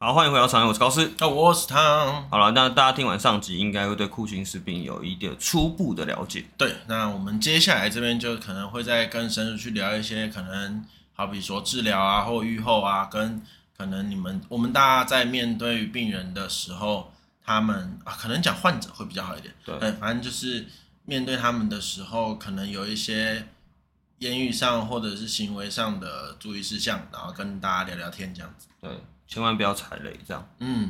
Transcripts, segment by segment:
好，欢迎回到常言，我是高斯。 我是汤。 好了，那大家听完上集，应该会对库欣氏病有一点初步的了解。 对，那我们接下来这边就可能会再更深入去聊一些可能，好比说治疗啊，或预后啊，跟可能我们大家在面对病人的时候，他们可能讲患者会比较好一点。对，反正就是面对他们的时候，可能有一些言语上或者是行为上的注意事项，然后跟大家聊聊天这样子。 对，千万不要踩雷，这样。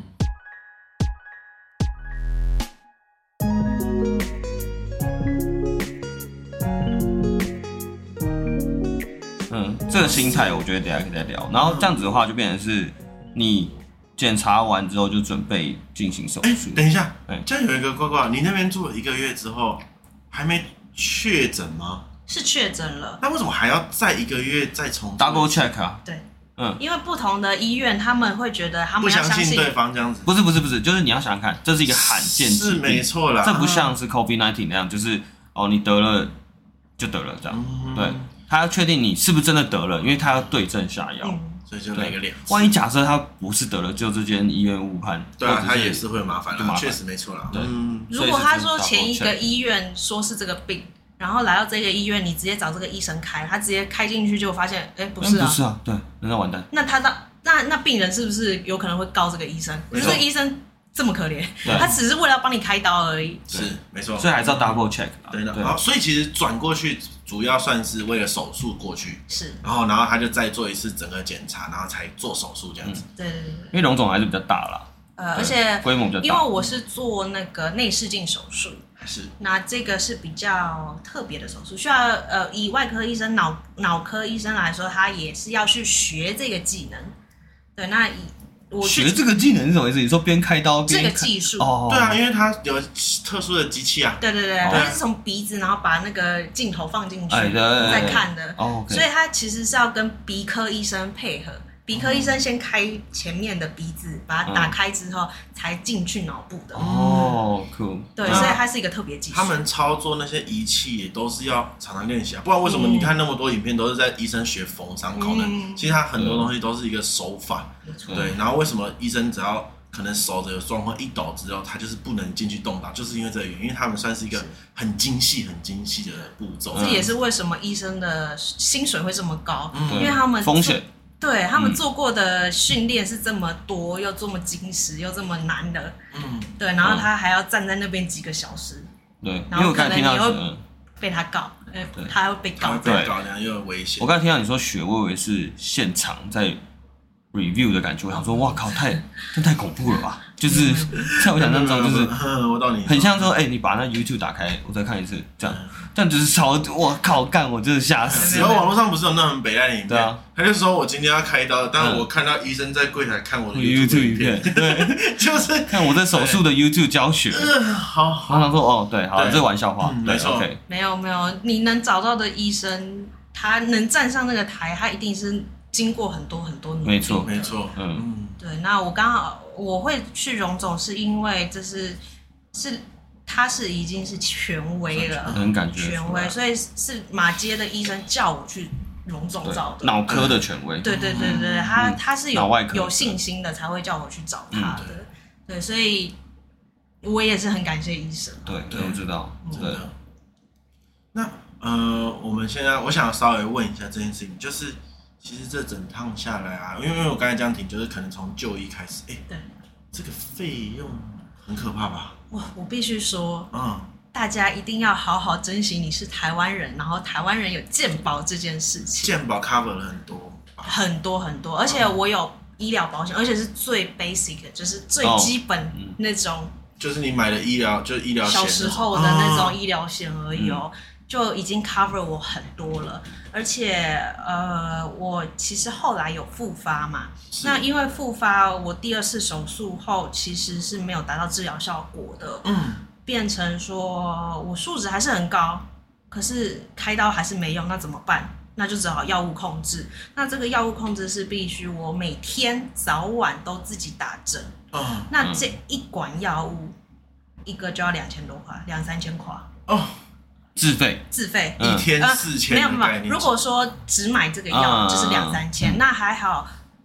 这个心态我觉得等一下可以再聊。然后这样子的话，就变成是你检查完之后就准备进行手术。 等一下，这样有一个怪怪，你那边做了1个月之后还没确诊吗？ 是确诊了。 那为什么还要再1个月再重 double check 啊？ 对。因为不同的医院，他们会觉得他们要相信对方这样子。 不是，就是你要想想看，这是一个罕见疾病， 是没错啦。 这不像是 COVID-19 那样，就是你得了就得了这样。对，他要确定你是不是真的得了，因为他要对症下药。 所以就来个2次。 万一假设他不是得了，就这间医院误判， 对啊，他也是会有麻烦的，确实没错啦。 对， 如果他说前一个医院说是这个病。然后来到这个医院，你直接找这个医生开，他直接开进去就发现，不是啊， 不是啊，对，那完蛋。 那病人是不是有可能会告这个医生？可是这个医生这么可怜，他只是为了要帮你开刀而已。 是，没错。 所以还是要 double check。 对的。好，所以其实转过去主要算是为了手术过去。 是。 然后他就再做一次整个检查，然后才做手术这样子。 对。 因为荣总还是比较大啦。 而且规模比较大。 因为我是做那个内视镜手术。 是，那这个是比较特别的手术，需要以外科医生、脑科医生来说，他也是要去学这个技能。对，那我学这个技能是什么意思？你说边开刀边这个技术？ 对啊，因为它有特殊的机器啊。 对，它是从鼻子，然后把那个镜头放进去再看的。所以它其实是要跟鼻科医生配合。鼻科医生先开前面的鼻子，把它打开之后，才进去脑部的。 酷。 对，所以它是一个特别技术。 他们操作那些仪器也都是要常常练习啊，不然为什么你看那么多影片都是在医生学缝伤口呢？其实他很多东西都是一个手法。对，然后为什么医生只要可能手的有状况一抖之后，他就是不能进去动刀，就是因为这个原因，因为他们算是一个很精细的步骤。 这也是为什么医生的薪水会这么高，因为他们风险。 对他们做过的训练是这么多，又这么精实，又这么难的，对，然后他还要站在那边几个小时， 对， 然后可能你会被他告，他会被告， 这样又有危险。 我刚才听到你说学，我以为是现场在 review 的感觉，我想说，哇靠，这太恐怖了吧！就是在我想象中，就是我懂你， 很像说，你把那 YouTube 打开，我再看一次，这样就是超，我靠，干，我真的吓死。 然后网络上不是有那种很北烂的影片，他就说我今天要开刀，但是我看到医生在柜台看我的 YouTube 影片，对，就是看我在手术的 YouTube 教学。 好， 我想说，对，好，这玩笑话， 没错， 没有，你能找到的医生，他能站上那个台，他一定是经过很多很多努力。 没错， 对，那我会去荣总，是因为这是他是已经是权威了， 很感觉权威，所以是马街的医生叫我去荣总找的， 脑科的权威。 对，他是有信心的才会叫我去找他的，对，所以我也是很感谢医生。 对，我知道，真的。 那我们现在我想稍微问一下这件事情，就是其实这整趟下来啊，因为我刚才这样听，就是可能从就医开始，对，这个费用很可怕吧？ 哇，我必须说，大家一定要好好珍惜你是台湾人，然后台湾人有健保这件事情。 健保 cover 了很多，而且我有医疗保险，而且是最 basic 的，就是最基本那种， 就是你买的医疗险， 小时候的那种医疗险而已就已经 cover 我很多了。而且我其实后来有复发嘛，那因为复发，我第2次手术后其实是没有达到治疗效果的，变成说我数值还是很高，可是开刀还是没用，那怎么办？那就只好药物控制。那这个药物控制是必须我每天早晚都自己打针，那这一管药物一个就要2000多块，2-3千块自费一天4000的概念。 没有，如果说只买这个药就是2-3千，那还好。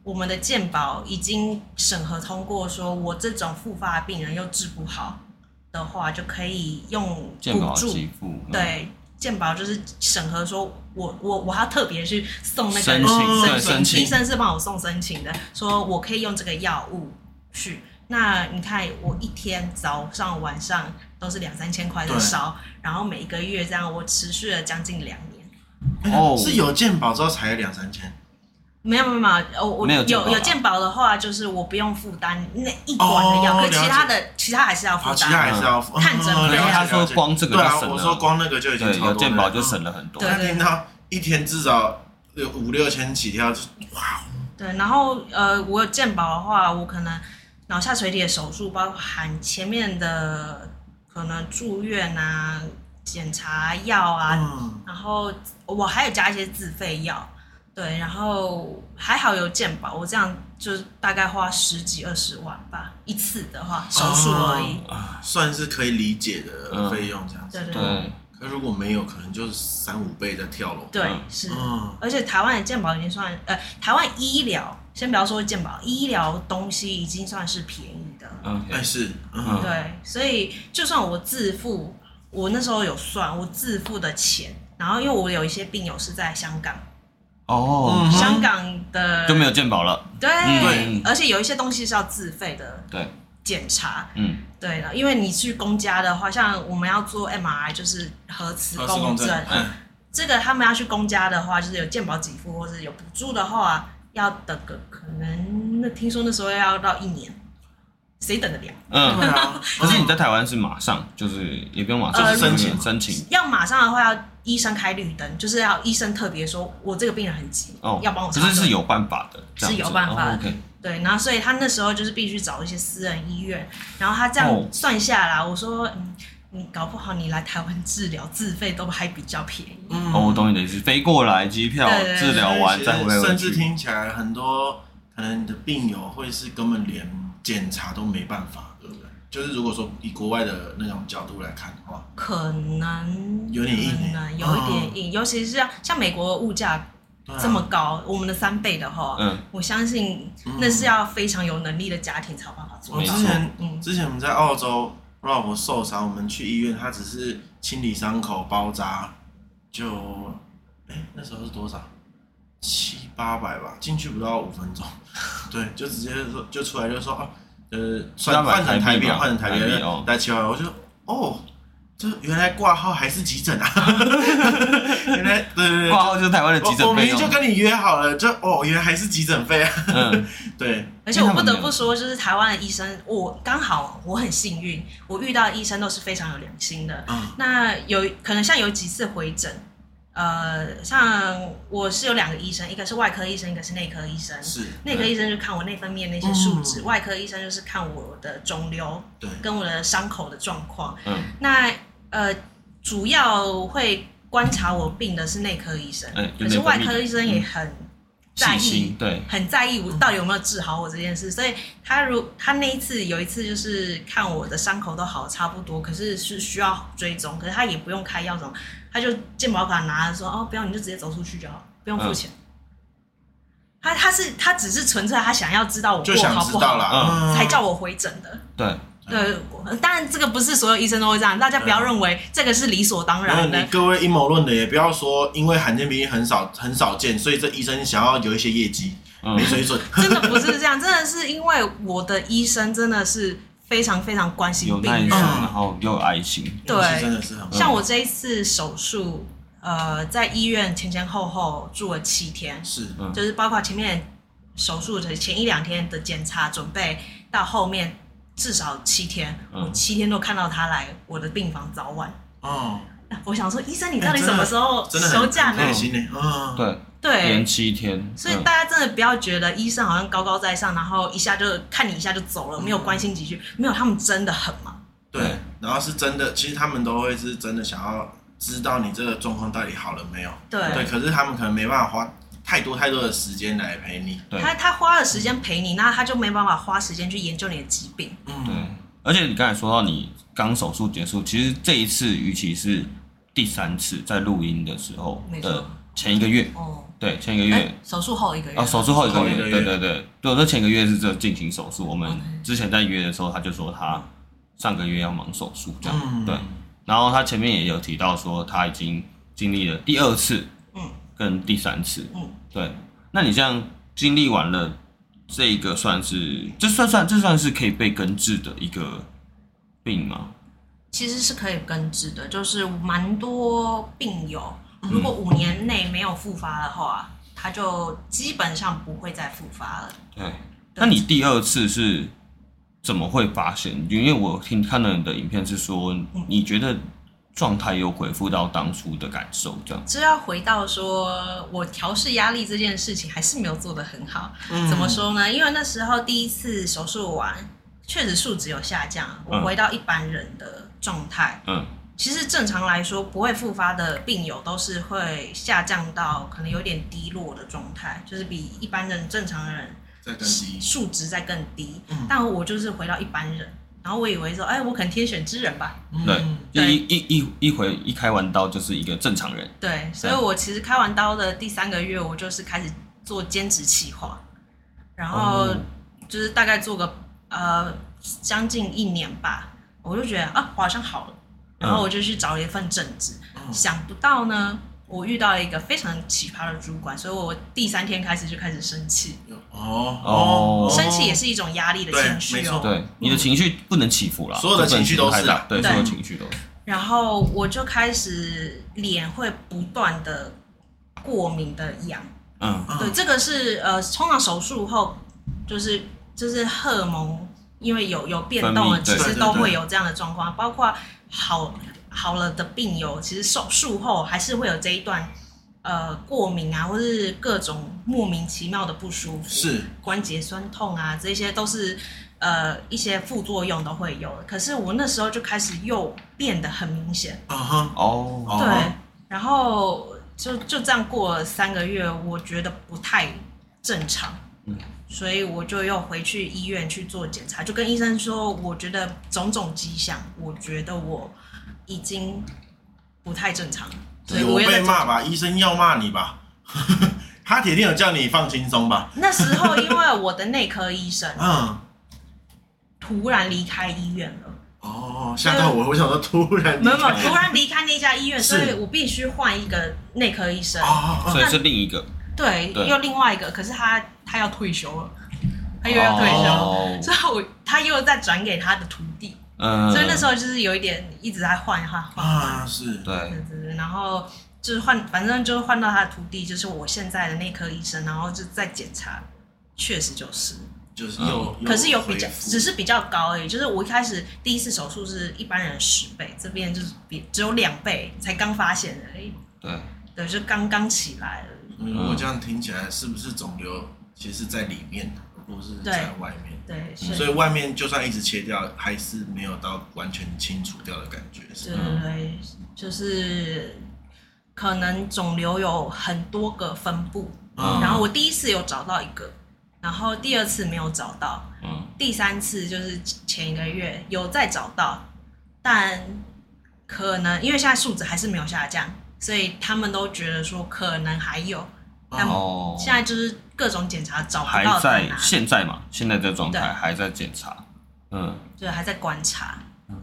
我们的健保已经审核通过，说我这种复发的病人又治不好的话，就可以用健保补助。 给付， 对，健保就是审核说我还要特别去送那个申请，对，申请， 医生是帮我送申请的，说我可以用这个药物去。那你看，我一天早上晚上都是2-3千块的烧，然后每一个月这样，我持续了将近2年。 哦，是有健保之后才2-3千？ 没有，我有健保的话，就是我不用负担那一管的药，可其他还是要负担， 其他还是要看诊费。 他说光这个就省了， 我说光那个就已经超多了， 有健保就省了很多。 他听到一天至少有5-6千起跳，哇！ 对，然后我有健保的话，我可能脑下垂体的手术，包含前面的可能住院啊、检查药啊，然后我还有加一些自费药，对，然后还好有健保，我这样就是大概花10几20万吧，一次的话手术而已， 算是可以理解的费用这样子。 对。 可如果没有，可能就是3-5倍的跳楼。 对，是。而且台湾的健保已经算台湾医疗。先不要说健保，医疗东西已经算是便宜的。 是。 对，所以就算我自付，我那时候有算我自付的钱，然后因为我有一些病友是在香港，香港的就没有健保了。 对，而且有一些东西是要自费的。 对。 检查，对了，因为你去公家的话，像我们要做 MRI， 就是核磁共振，这个他们要去公家的话，就是有健保给付或者有补助的话，要等个可能听说那时候要到1年，谁等得了？ 可是你在台湾是马上，就是也不用马上申请， 要马上的话要医生开绿灯，就是要医生特别说我这个病人很急，要帮我查。 可是有办法的， 是有办法的。对，然后所以他那时候就是必须找一些私人医院，然后他这样算下来，我说你搞不好你来台湾治疗自费都还比较便宜。 我懂你的意思，飞过来机票治疗完再回去。 甚至听起来很多可能你的病友会是根本连检查都没办法，对不对？就是如果说以国外的那种角度来看的话， 可能有点硬， 有一点硬，尤其是像美国的物价。这么高，我们的3倍的话，我相信那是要非常有能力的家庭才有办法做到。 之前我们在澳洲，我老婆受伤，我们去医院，她只是清理伤口、包扎，就那时候是多少？700-800吧，进去不到5分钟，对，就直接说就出来就说换成台币带700，我就就原来挂号还是急诊啊！原来对， 挂号就是台湾的急诊费用。 我明明就跟你约好了，原来还是急诊费啊！对。 而且我不得不说，就是台湾的医生，我很幸运，我遇到的医生都是非常有良心的。那可能像有几次回诊，像我是有2个医生，一个是外科医生，一个是内科医生。 是。 内科医生就看我内分泌那些数值，外科医生就是看我的肿瘤，跟我的伤口的状况。那主要会观察我病的是内科医生，可是外科医生也很在意，很在意我到底有没有治好我这件事。所以他有一次就是看我的伤口都好差不多，可是需要追踪，可是他也不用开药什么，他就健保卡拿了说不要，你就直接走出去就好，不用付钱。他只是纯粹他想要知道我过好不好，才叫我回诊的。对，当然这个不是所有医生都会这样，大家不要认为这个是理所当然的。 你各位阴谋论的也不要说，因为罕见病很少见，所以这医生想要有一些业绩，没水准。 真的不是这样，真的是因为我的医生真的是非常非常关心病人， 有耐心，然后又有爱心。 对， 真的是很像我这一次手术，在医院前后住了7天，就是包括前面手术的前1-2天的检查准备，到后面。至少7天，我7天都看到他来我的病房早晚。我想说，医生，你到底什么时候休假呢？对， 连7天。 所以大家真的不要觉得医生好像高高在上，然后一下就看你一下就走了，没有关心几句。没有，他们真的很忙。 对，然后是真的，其实他们都会是真的想要知道你这个状况到底好了没有。对，可是他们可能没办法花太多的时间来陪你。 他花了时间陪你，那他就没办法花时间去研究你的疾病。 对，而且你刚才说到你刚手术结束，其实这一次与其是第3次在录音的时候的前1个月， 对，前一个月手术后1个月手术后1个月， 后1个月对，我这前个月是这进行手术，我们之前在约的时候他就说他上个月要忙手术这样，对，然后他前面也有提到说他已经经历了第2次，跟第3次，对，那你这样经历完了这个这算是可以被根治的一个病吗？ 其实是可以根治的，就是蛮多病友，如果5年内没有复发的话，他就基本上不会再复发了。 对，那你第2次是怎么会发现？因为我看到你的影片是说，你觉得状态又恢复到当初的感受，这样。 这要回到说我调试压力这件事情还是没有做得很好。怎么说呢？因为那时候第1次手术完，确实数值有下降，我回到一般人的状态。其实正常来说，不会复发的病友都是会下降到可能有点低落的状态，就是比一般人正常人再更低， 数值再更低。但我就是回到一般人，然后我以为说，我可能天选之人吧。 对，一开完刀就是一个正常人。 对，所以我其实开完刀的第3个月，我就是开始做兼职企划，然后就是大概做个将近1年吧，我就觉得我好像好了。然后我就去找了一份正职，想不到呢，我遇到了一个非常奇葩的主管，所以我第3天开始就开始生气。生气也是一种压力的情绪哦。 对，你的情绪不能起伏啦， 所有的情绪都是对，所有情绪都是。 然后我就开始脸会不断的过敏的痒。对，这个是通常手术后就是荷尔蒙因为有变动了，其实都会有这样的状况，包括好了的病友，其实术后还是会有这一段过敏啊，或是各种莫名其妙的不舒服， 是关节酸痛啊，这些都是一些副作用都会有的。可是我那时候就开始又变得很明显，对，然后就这样过了3个月，我觉得不太正常。所以我就又回去医院去做检查，就跟医生说，我觉得种种迹象，我觉得我已经不太正常了。所以我被骂吧，医生要骂你吧，他铁定有叫你放轻松吧？ 那时候因为我的内科医生突然离开医院了。 吓到我想说突然离开那家医院，所以我必须换一个内科医生。 所以是另一个。 对，又另外一个，可是他要退休了，他又要退休，所以他又再转给他的徒弟，所以那时候就是有一点一直在换， 是， 对，然后就是反正就是换到他的徒弟，就是我现在的内科医生，然后就再检查，确实就是可是有比较，只是比较高而已，就是我一开始第1次手术是一般人10倍，这边就是只有2倍，才刚发现而已，对，就刚起来了。 我这样听起来，是不是肿瘤其实在里面，而不是在外面？ 对， 所以外面就算一直切掉，还是没有到完全清除掉的感觉。 对，就是可能肿瘤有很多个分布，然后我第1次有找到一个，然后第2次没有找到，第3次就是前1个月有再找到，但可能因为现在数值还是没有下降。所以他们都觉得说可能还有，但现在就是各种检查找不到在哪里。 现在嘛，现在这个状态还在检查， 对，还在观察。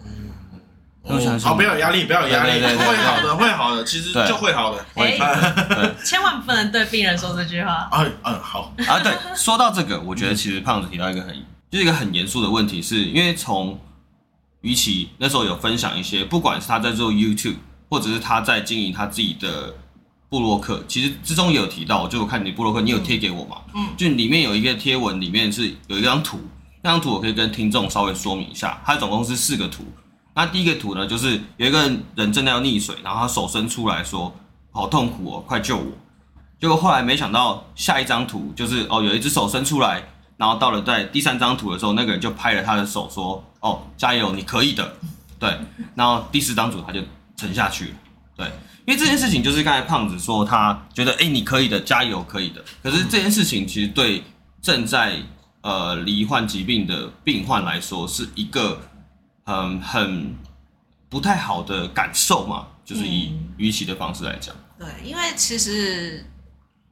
不要有压力，不要有压力，会好的，会好的，其实就会好的。 千万不能对病人说这句话。 好对，说到这个，我觉得其实胖子提到一个很严肃的问题，是因为从于其那时候有分享一些，不管是他在做 YouTube。或者是他在经营他自己的部落客，其实之中也有提到，就我看你部落客，你有贴给我嘛？就里面有一个贴文，里面是有一张图，那张图我可以跟听众稍微说明一下，它总共是4个图。那第1个图呢，就是有一个人正在要溺水，然后他手伸出来说：“好痛苦哦，快救我！”结果后来没想到下一张图就是有一只手伸出来，然后到了在第3张图的时候，那个人就拍了他的手说：“加油，你可以的。”对，然后第4张图他就沉下去了，对，因为这件事情就是刚才胖子说他觉得你可以的，加油可以的，可是这件事情其实对正在罹患疾病的病患来说是一个很不太好的感受嘛，就是以预期的方式来讲。 对，因为其实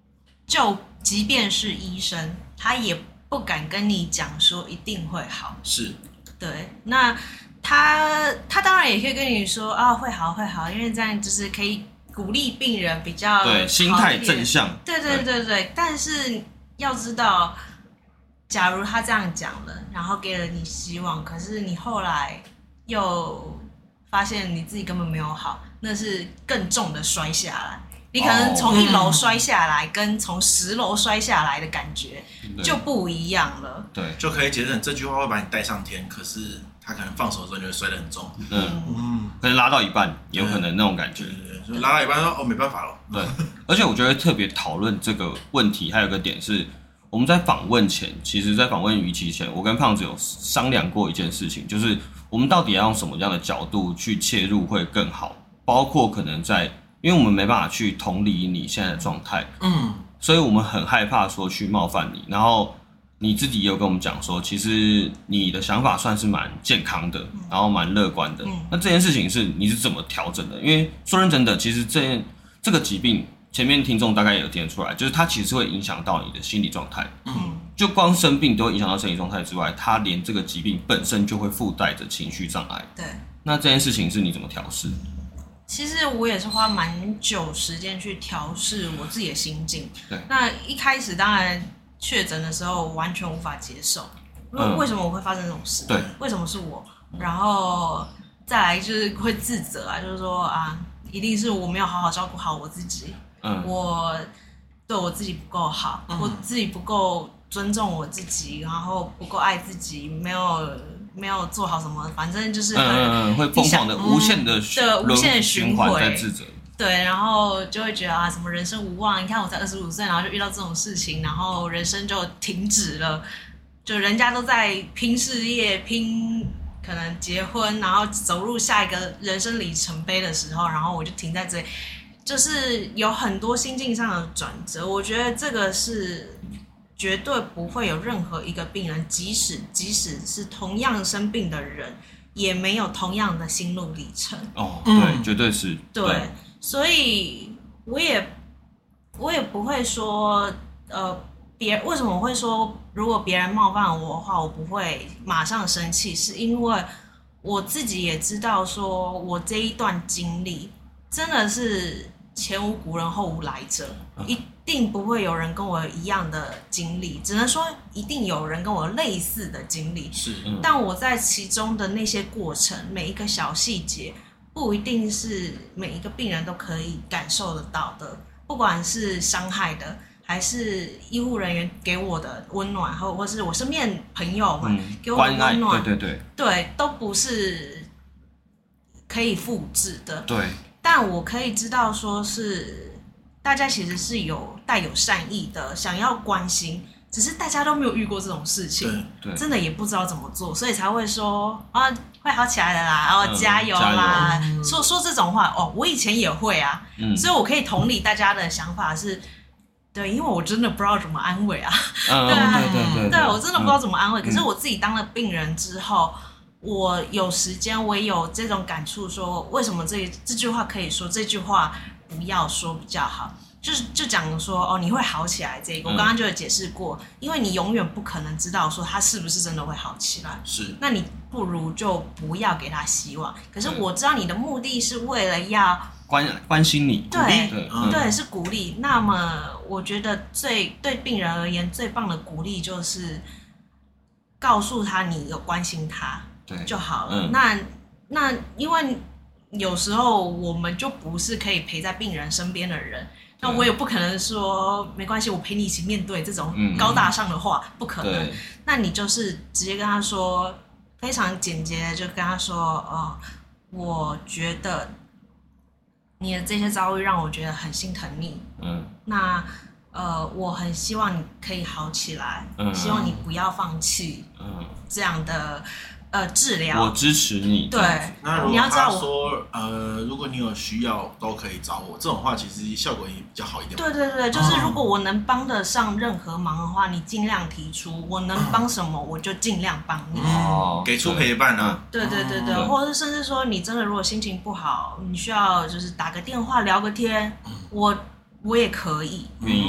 就即便是医生，他也不敢跟你讲说一定会好。 是， 对，那他当然也可以跟你说啊，会好会好，因为这样就是可以鼓励病人比较对心态正向。 对，但是要知道，假如他这样讲了，然后给了你希望，可是你后来又发现你自己根本没有好，那是更重的摔下来。你可能从1楼摔下来，跟从10楼摔下来的感觉就不一样了。 对， 就可以解释成这句话会把你带上天，可是他可能放手的时候你会摔得很重。 可能拉到一半，有可能那种感觉。 对，就拉到一半说哦没办法了。 对，而且我觉得特别讨论这个问题，还有一个点是，我们在访问前，其实在访问于期前，我跟胖子有商量过一件事情，就是我们到底要用什么样的角度去切入会更好，包括可能在。因为我们没办法去同理你现在的状态，所以我们很害怕说去冒犯你。然后你自己也有跟我们讲说，其实你的想法算是蛮健康的，然后蛮乐观的。那这件事情你是怎么调整的？因为说认真的，其实这个疾病，前面听众大概也有听得出来，就是它其实会影响到你的心理状态。就光生病都会影响到生理状态之外，它连这个疾病本身就会附带着情绪障碍。 对， 那这件事情是你怎么调试？ 其实我也是花蛮久时间去调试我自己的心境。 对， 那一开始当然确诊的时候完全无法接受，为什么我会发生这种事？ 对， 为什么是我？然后再来就是会自责啊，就是说啊，一定是我没有好好照顾好我自己，我对我自己不够好，我自己不够尊重我自己，然后不够爱自己，没有做好什么，反正就是会疯狂的无限的循环在自责。 对，然后就会觉得啊，什么人生无望？你看我才25岁，然后就遇到这种事情，然后人生就停止了。就人家都在拼事业、拼可能结婚，然后走入下一个人生里程碑的时候，然后我就停在这里，就是有很多心境上的转折。我觉得这个是。绝对不会有任何一个病人，即使是同样生病的人，也没有同样的心路历程。 对，绝对是。 对，所以我也不会说，为什么我会说，如果别人冒犯我的话，我不会马上生气，是因为我自己也知道，说我这一段经历真的是前无古人后无来者，一定不会有人跟我一样的经历，只能说一定有人跟我类似的经历。 是， 但我在其中的那些过程，每一个小细节，不一定是每一个病人都可以感受得到的。不管是伤害的，还是医护人员给我的温暖，或是我身边朋友们给我的温暖，对，都不是可以复制的。 对， 但我可以知道，说是。大家其实是带有善意的，想要关心，只是大家都没有遇过这种事情，真的也不知道怎么做，所以才会说啊，会好起来的啦，然后加油啦，说这种话我以前也会啊，所以我可以同理大家的想法是，对，因为我真的不知道怎么安慰啊，对，我真的不知道怎么安慰，可是我自己当了病人之后。我有时间，我也有这种感触，说为什么这句话可以说，这句话不要说比较好。就讲说你会好起来这个，我刚刚就有解释过，因为你永远不可能知道说他是不是真的会好起来。 是， 那你不如就不要给他希望。可是我知道你的目的是为了要关心你， 对，是鼓励。那么我觉得对病人而言最棒的鼓励就是告诉他你有关心他。就好了。那因为有时候我们就不是可以陪在病人身边的人，那我也不可能说没关系，我陪你一起面对这种高大上的话，不可能。那你就是直接跟他说，非常简洁的就跟他说，我觉得你的这些遭遇让我觉得很心疼你。那我很希望你可以好起来，希望你不要放弃。这样的。治疗， 我支持你。 对， 那如果他说如果你有需要都可以找我，这种话其实效果也比较好一点。 对，就是如果我能帮得上任何忙的话，你尽量提出，我能帮什么我就尽量帮你。 给出陪伴啊。 对，或者是甚至说你真的如果心情不好，你需要就是打个电话聊个天，我也可以。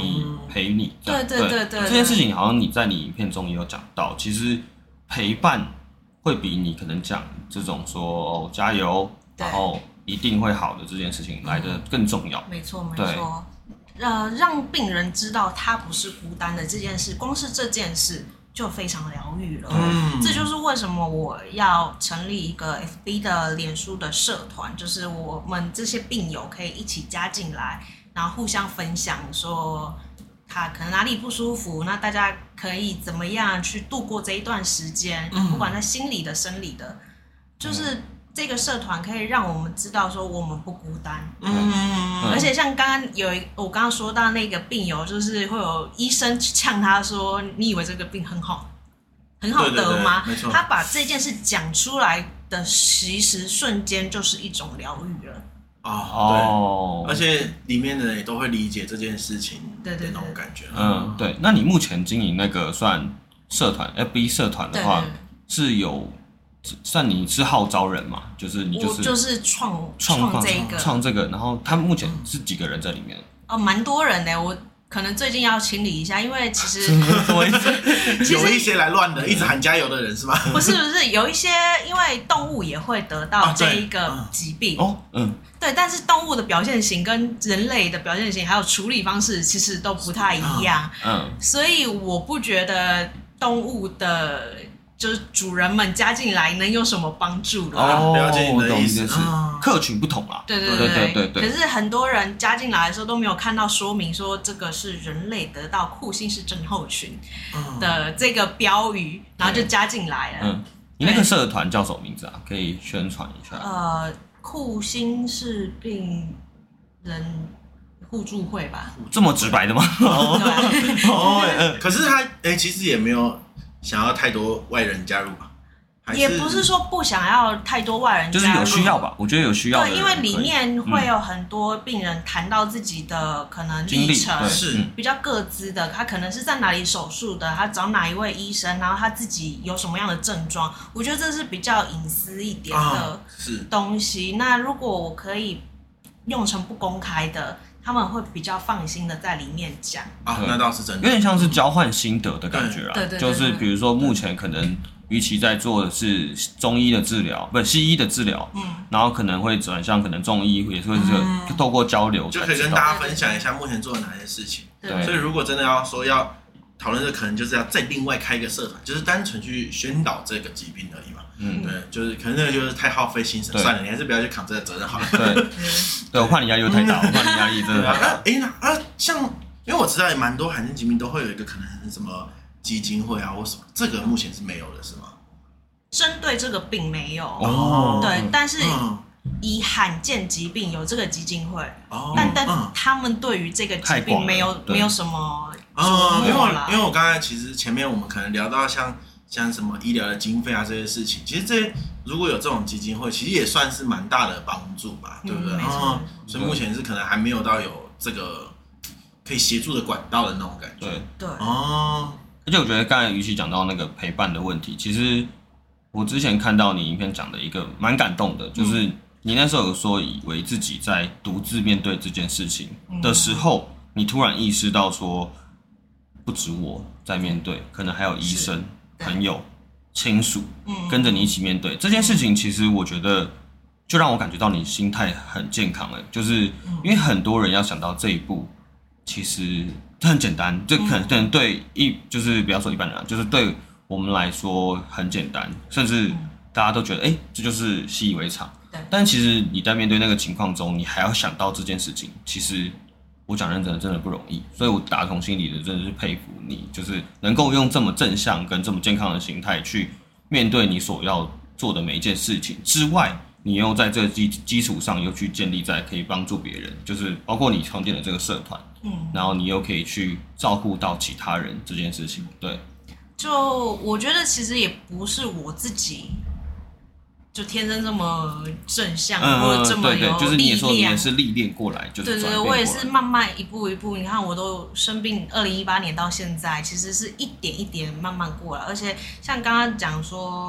陪你。 对， 这件事情好像你在你影片中也有讲到，其实陪伴会比你可能讲这种说加油，然后一定会好的这件事情来得更重要。 没错。让病人知道他不是孤单的这件事，光是这件事就非常疗愈了。这就是为什么我要成立一个 FB 的脸书的社团，就是我们这些病友可以一起加进来，然后互相分享说他可能哪里不舒服，那大家可以怎么样去度过这一段时间，不管在心理的、生理的，就是这个社团可以让我们知道说我们不孤单。而且像刚刚我刚刚说到那个病友，就是会有医生呛他说：“你以为这个病很好得吗？” 对， 他把这件事讲出来的，其实瞬间就是一种疗愈了。 对，而且里面的人也都会理解这件事情的那种感觉。 对。那你目前经营那个算社团 FB 社团的话，是有算你是号召人嘛？就是你就是创这个， 然后他目前是几个人在里面？ 蛮多人的。我可能最近要清理一下，因为其实有一些来乱的，一直喊加油的人是吗？ 不是，有一些因为动物也会得到这一个疾病对，但是动物的表现型跟人类的表现型还有处理方式其实都不太一样。所以我不觉得动物的。就是主人们加进来能有什么帮助的？ 了解你的意思， 客群不同啦。 对。可是很多人加进来的时候都没有看到说明说这个是人类得到库欣氏症候群的这个标语，然后就加进来了。 你那个社团叫什么名字啊？可以宣传一下。 库欣氏病人互助会吧？ 这么直白的吗？ 可是他其实也没有想要太多外人加入吧？ 也不是说不想要太多外人加入， 就是有需要吧？我觉得有需要的人。 对，因为里面会有很多病人谈到自己的可能历程， 是比较各自的。他可能是在哪里手术的，他找哪一位医生，然后他自己有什么样的症状。我觉得这是比较隐私一点的东西。那如果我可以用成不公开的，他们会比较放心的在里面讲那倒是真的， 有点像是交换心得的感觉啦。 对， 就是比如说目前可能与其在做的是中医的治疗，不西医的治疗，然后可能会转向可能中医，也是会透过交流就可以跟大家分享一下目前做的哪些事情。 对， 所以如果真的要说要讨论，这可能就是要再另外开一个社团，就是单纯去宣导这个疾病而已嘛。对，就是可能那个就是太耗费心神，算了，你还是不要去扛这个责任好了。 对，我怕你压力太大，我怕你压力真的太大。 像因为我知道也蛮多罕见疾病都会有一个可能什么基金会啊或什么，这个目前是没有的，是吗？ 针对这个病没有对，但是以罕见疾病有这个基金会，但他们对于这个疾病没有什么因为我刚才其实前面我们可能聊到像什么医疗的经费啊这些事情，其实这如果有这种基金会，其实也算是蛮大的帮助吧，对不对？所以目前是可能还没有到有这个可以协助的管道的那种感觉。 对而且我觉得刚才于其讲到那个陪伴的问题，其实我之前看到你影片讲的一个蛮感动的，就是你那时候有说以为自己在独自面对这件事情的时候，你突然意识到说，不止我在面对，可能还有医生、朋友、亲属跟着你一起面对这件事情。其实我觉得就让我感觉到你心态很健康就是因为很多人要想到这一步，其实很简单，这可能对就是不要说一般人就是对我们来说很简单，甚至大家都觉得这就是习以为常。但其实你在面对那个情况中，你还要想到这件事情，其实我讲认真的真的不容易。所以我打从心里的真的是佩服你，就是能够用这么正向跟这么健康的心态去面对你所要做的每一件事情之外，你又在这个基础上又去建立在可以帮助别人，就是包括你创建的这个社团，然后你又可以去照顾到其他人这件事情。对， 就我觉得其实也不是我自己就天生这么正向，或者这么有力量， 就是你也说你也是历练过来，就是对，我也是慢慢一步一步。你看，我都生病，2018年到现在，其实是一点一点慢慢过来。而且像刚刚讲说，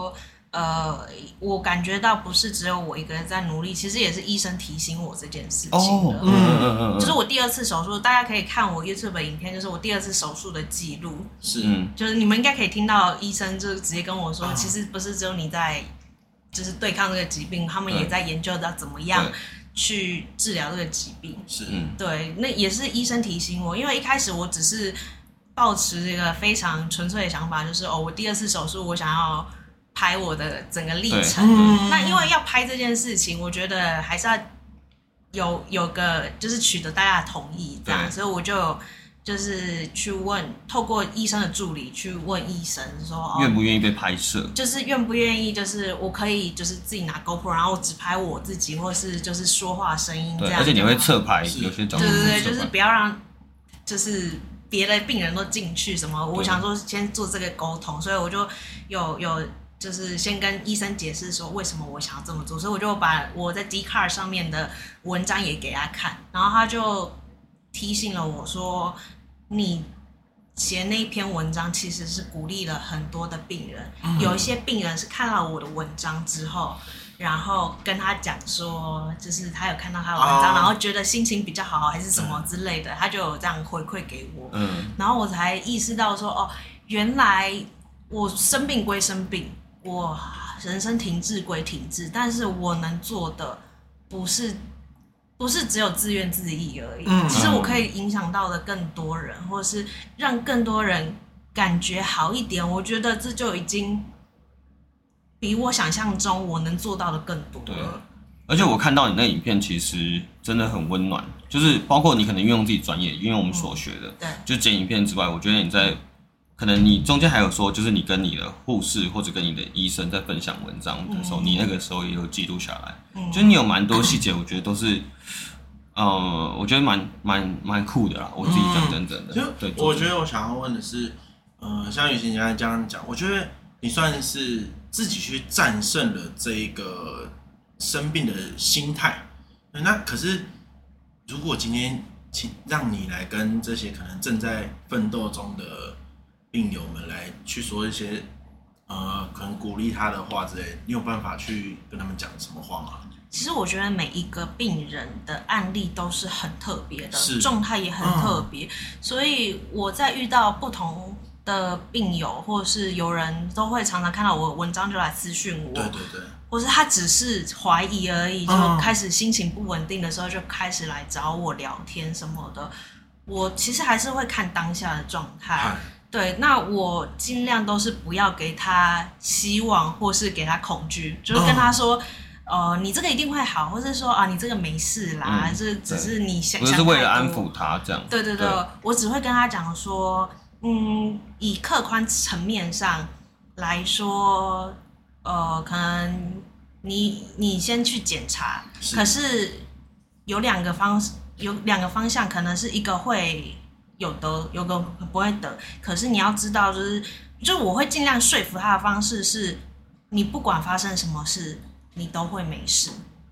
我感觉到不是只有我一个人在努力，其实也是医生提醒我这件事情的。就是我第2次手术，大家可以看我 YouTube 的影片，就是我第2次手术的记录。 是， 就是你们应该可以听到医生就直接跟我说，其实不是只有你在就是对抗这个疾病，他们也在研究到怎么样去治疗这个疾病。 是， 对，那也是医生提醒我，因为一开始我只是抱持这个非常纯粹的想法，就是我第2次手术，我想要拍我的整个历程。那因为要拍这件事情，我觉得还是要有个就是取得大家的同意，这样，所以我就是去问，透过医生的助理去问医生说， 愿不愿意被拍摄， 就是愿不愿意，就是我可以就是自己拿 GoPro， 然后只拍我自己，或是就是说话声音这样。 而且你会侧拍，有些角度对，就是不要让就是别的病人都进去什么。我想说先做这个沟通，所以我就有就是先跟医生解释说为什么我想要这么做，所以我就把我在 Dcard 上面的文章也给他看，然后他就提醒了我说，你写那篇文章其实是鼓励了很多的病人，有一些病人是看到我的文章之后，然后跟他讲说，就是他有看到他的文章，然后觉得心情比较好还是什么之类的，他就有这样回馈给我，然后我才意识到说，原来我生病归生病，我人生停滞归停滞，但是我能做的不是只有自怨自艾而已，其实我可以影响到的更多人，或者是让更多人感觉好一点，我觉得这就已经比我想象中我能做到的更多了。 而且我看到你那个影片其实真的很温暖，就是包括你可能运用自己专业，运用我们所学的，就剪影片之外，我觉得你在可能你中间还有说，就是你跟你的护士或者跟你的医生在分享文章的时候，你那个时候也有记录下来，就是你有蛮多细节，我觉得都是，我觉得蛮酷的啦。我自己讲真的， 对，我觉得我想要问的是，像雨晴刚才这样讲，我觉得你算是自己去战胜了这一个生病的心态。那可是，如果今天让你来跟这些可能正在奋斗中的病友们来去说一些可能鼓励他的话之类，你有办法去跟他们讲什么话吗？ 其实我觉得每一个病人的案例都是很特别的，状态也很特别，所以我在遇到不同的病友，或者是有人都会常常看到我的文章就来私讯我， 对， 或是他只是怀疑而已，就开始心情不稳定的时候就开始来找我聊天什么的，我其实还是会看当下的状态。对，那我尽量都是不要给他希望，或是给他恐惧，就是跟他说，你这个一定会好，或是说你这个没事啦，这只是你想， 不是为了安抚他这样。 对，我只会跟他讲说，以客观层面上来说，可能你先去检查，可是有两个方向，可能是一个会有得，有个不会得。可是你要知道，就我会尽量说服他的方式是，你不管发生什么事，你都会没事。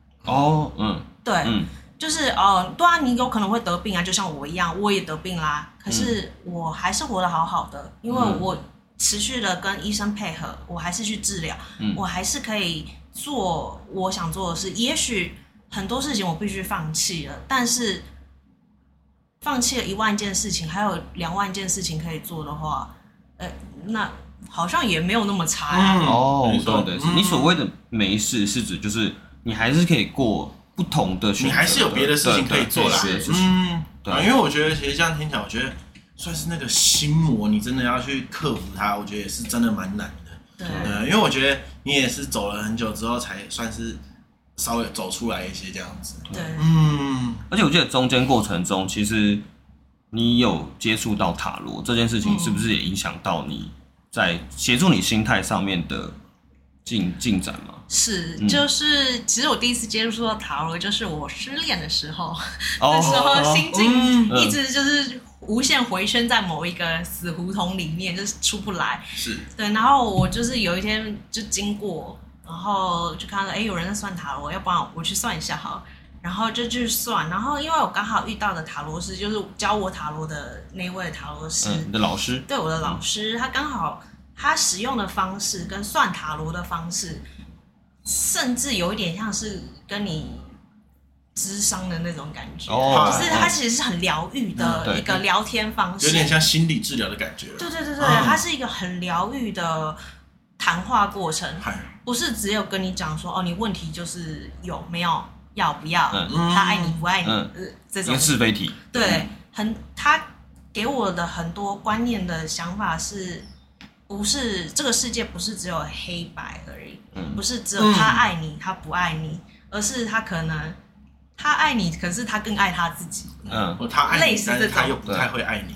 对，就是对啊，你有可能会得病啊，就像我一样，我也得病啦。可是我还是活得好好的，因为我持续的跟医生配合，我还是去治疗，我还是可以做我想做的事。也许很多事情我必须放弃了，但是放弃了10000件事情，还有20000件事情可以做的话，那好像也没有那么差对，你所谓的没事是指就是你还是可以过不同的选择， 你还是有别的事情可以做啦。 对， 因为我觉得其实这样听起来，我觉得算是那个心魔，你真的要去克服它，我觉得也是真的蛮难的。 对， 因为我觉得你也是走了很久之后才算是稍微走出来一些这样子。 对， 而且我记得中间过程中，其实你有接触到塔罗这件事情，是不是也影响到你在协助你心态上面的进展吗？ 是，就是其实我第一次接触到塔罗，就是我失恋的时候，那时候心境一直就是无限回旋在某一个死胡同里面，就是出不来。 是， 对，然后我就是有一天就经过，然后就看到有人在算塔罗，要不然我去算一下好，然后就去算，然后因为我刚好遇到的塔罗师就是教我塔罗的那位塔罗师， 你的老师， 对，我的老师，他刚好他使用的方式跟算塔罗的方式，甚至有一点像是跟你諮商的那种感觉，就是它其实是很疗愈的一个聊天方式， 有点像心理治疗的感觉。 对，它是一个很疗愈的谈话过程，不是只有跟你讲说你问题就是有没有要不要，他爱你不爱你，这种是非题。 对，他给我的很多观念的想法是，不是这个世界不是只有黑白而已，不是只有他爱你，他不爱你，而是他可能他爱你，可是他更爱他自己。 他爱你，但是他又不太会爱你。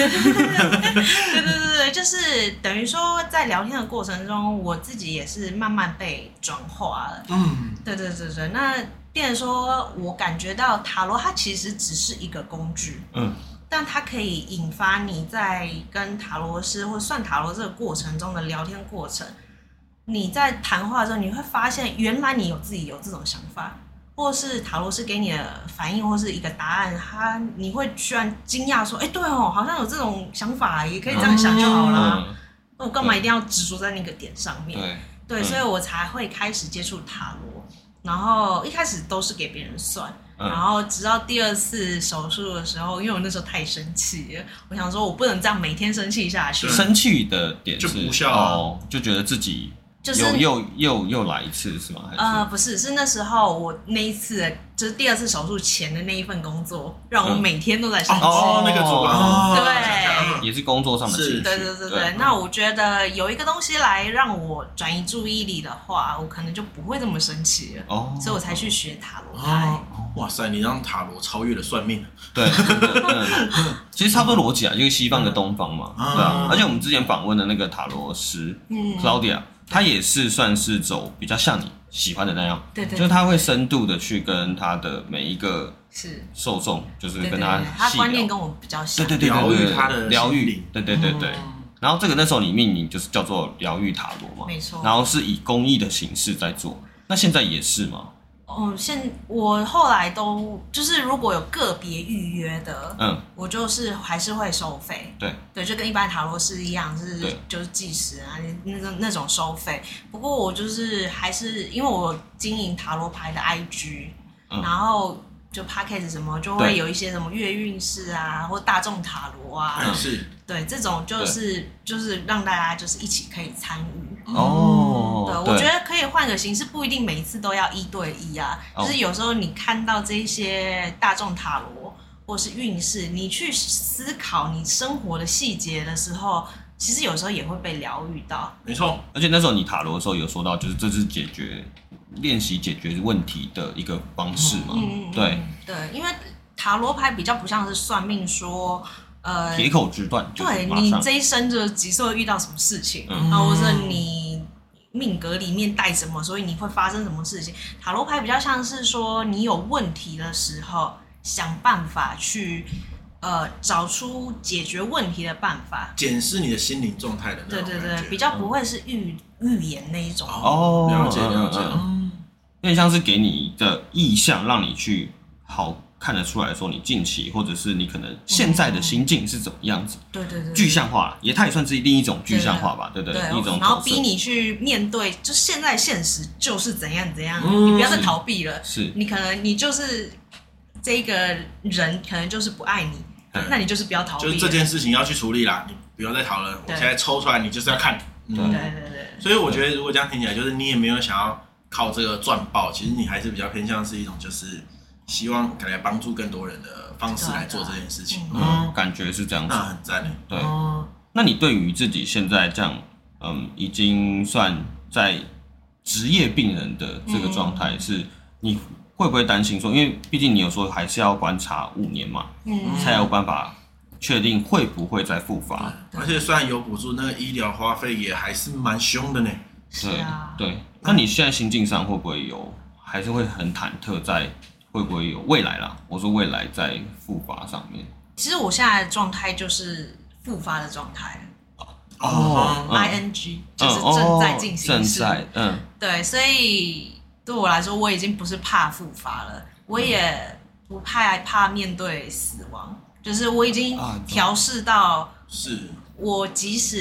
对，就是等于说，在聊天的过程中，我自己也是慢慢被转化了。对，那变成说我感觉到塔罗它其实只是一个工具，但它可以引发你在跟塔罗师或算塔罗这个过程中的聊天过程。你在谈话的时候，你会发现原来你自己有这种想法。或是塔罗师给你的反应，或是一个答案，你会居然惊讶说：“对哦，好像有这种想法，也可以这样想就好啦。我干嘛一定要执着在那个点上面？”对，所以我才会开始接触塔罗。然后一开始都是给别人算，然后直到第2次手术的时候，因为我那时候太生气了，我想说我不能这样每天生气下去。 生气的点是就不笑就觉得自己。 就是又来一次是吗？还是不是，是那时候我那一次就是第2次手术前的那一份工作，让我每天都在生气。 那个主管， 对， 也是工作上的情绪。 对。那我觉得有一个东西来让我转移注意力的话，我可能就不会这么生气了。所以我才去学塔罗牌。 哇塞，你让塔罗超越了算命。 对，其实差不多逻辑啊，就是西方跟东方嘛，对啊。而且我们之前访问的那个塔罗师Claudia。他也是算是走比较像你喜欢的那样， 对， 就是他会深度的去跟他的每一个受众，就是跟他他观念跟我比较像， 对， 疗愈他的疗愈，对。然后这个那时候你命名就是叫做疗愈塔罗嘛， 没错。 然后是以公益的形式在做，那现在也是吗？ 我后来都就是如果有个别预约的，我就是还是会收费，对，就跟一般塔罗师一样，就是计时啊那种收费。不过我就是还是因为我经营塔罗牌的 IG，然后就 Podcast 什么就会有一些什么月运势啊，或大众塔罗啊，对，这种就是让大家就是一起可以参与。对，我觉得可以换个形式，不一定每一次都要1对1啊。就是有时候你看到这些大众塔罗或是运势，你去思考你生活的细节的时候，其实有时候也会被疗愈到。 没错， 而且那时候你塔罗的时候有说到，就是这是练习解决问题的一个方式嘛。对， 因为塔罗牌比较不像是算命说。 铁口直断， 对你这一生就几岁会遇到什么事情，或者你命格里面带什么，所以你会发生什么事情。塔罗牌比较像是说，你有问题的时候，想办法去找出解决问题的办法， 检视你的心灵状态的那种感觉。 对，比较不会是预言那一种。 了解， 有点像是给你的意向，让你去好。看得出来说你近期或者是你可能现在的心境是怎么样子， 对， 具象化也它也算是另一种具象化吧，对，一种， 然后逼你去面对，就现在现实就是怎样，你不要再逃避了，你可能你就是这个人可能就是不爱你，那你就是不要逃避， 就是这件事情要去处理啦，你不要再讨论，我现在抽出来你就是要看， 对， 所以我觉得如果这样听起来，就是你也没有想要靠这个赚爆，其实你还是比较偏向是一种就是希望可以来帮助更多人的方式来做这件事情， 感觉是这样子， 那很赞的。 对，那你对于自己现在这样，已经算在职业病人的这个状态，是你会不会担心说，因为毕竟你有说还是要观察5年嘛，才有办法确定会不会再复发。 而且虽然有补助，那个医疗花费也还是蛮凶的呢。 对，那你现在心境上会不会还是会很忐忑在？会不会有未来啦？我说未来在复发上面。 其实我现在的状态就是复发的状态。ing 就是正在进行时。对，所以对我来说，我已经不是怕复发了，我也不怕面对死亡，就是我已经调试到，我即使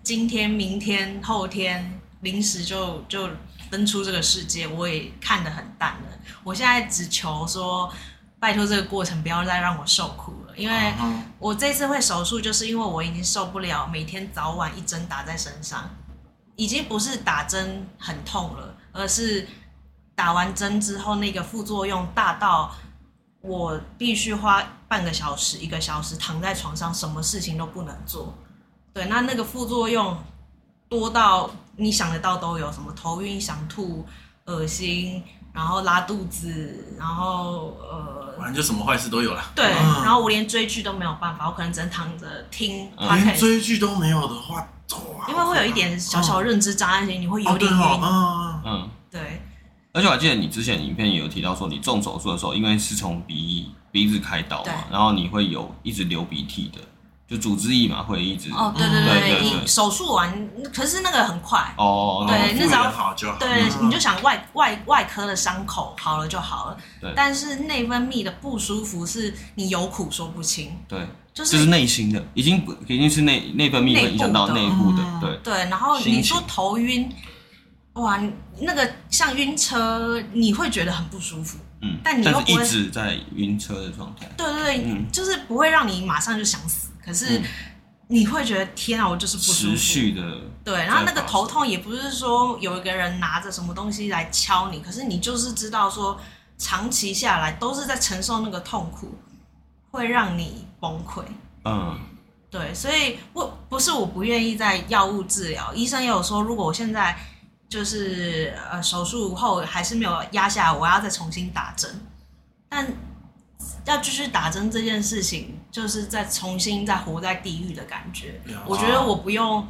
今天、明天、后天临时就登出这个世界，我也看得很淡了。我现在只求说，拜托这个过程不要再让我受苦了，因为我这次会手术，就是因为我已经受不了每天早晚一针打在身上，已经不是打针很痛了，而是打完针之后那个副作用大到我必须花半个小时、1个小时躺在床上，什么事情都不能做。对，那个副作用多到你想得到都有，什么头晕、想吐、恶心，然后拉肚子，然后反正就什么坏事都有啦。 对，然后我连追剧都没有办法，我可能只能躺着听 podcast。 连追剧都没有的话， 因为会有一点小小认知障碍，你会有点晕。对。 而且我还记得你之前影片也有提到说，你动手术的时候，因为是从鼻子开刀嘛，然后你会有一直流鼻涕的。就组织液嘛，会一直对，手术完，可是那个很快对，那只要好就好， 对，你就想外科的伤口好了就好了， 对， 但是内分泌的不舒服是你有苦说不清， 对，就是内心的，已经是内分泌会影响到内部的，对， 然后你说头晕，哇，那个像晕车，你会觉得很不舒服，但你又不会一直在晕车的状态， 对，就是不会让你马上就想死。可是你会觉得天啊，我就是不舒服， 持续的对，然后那个头痛也不是说有一个人拿着什么东西来敲你，可是你就是知道说长期下来都是在承受那个痛苦，会让你崩溃。对，所以不是我不愿意在药物治疗，医生也有说，如果我现在就是手术后还是没有压下来，我要再重新打针，但要继续打针这件事情，就是再重新再活在地狱的感觉。我觉得我不用，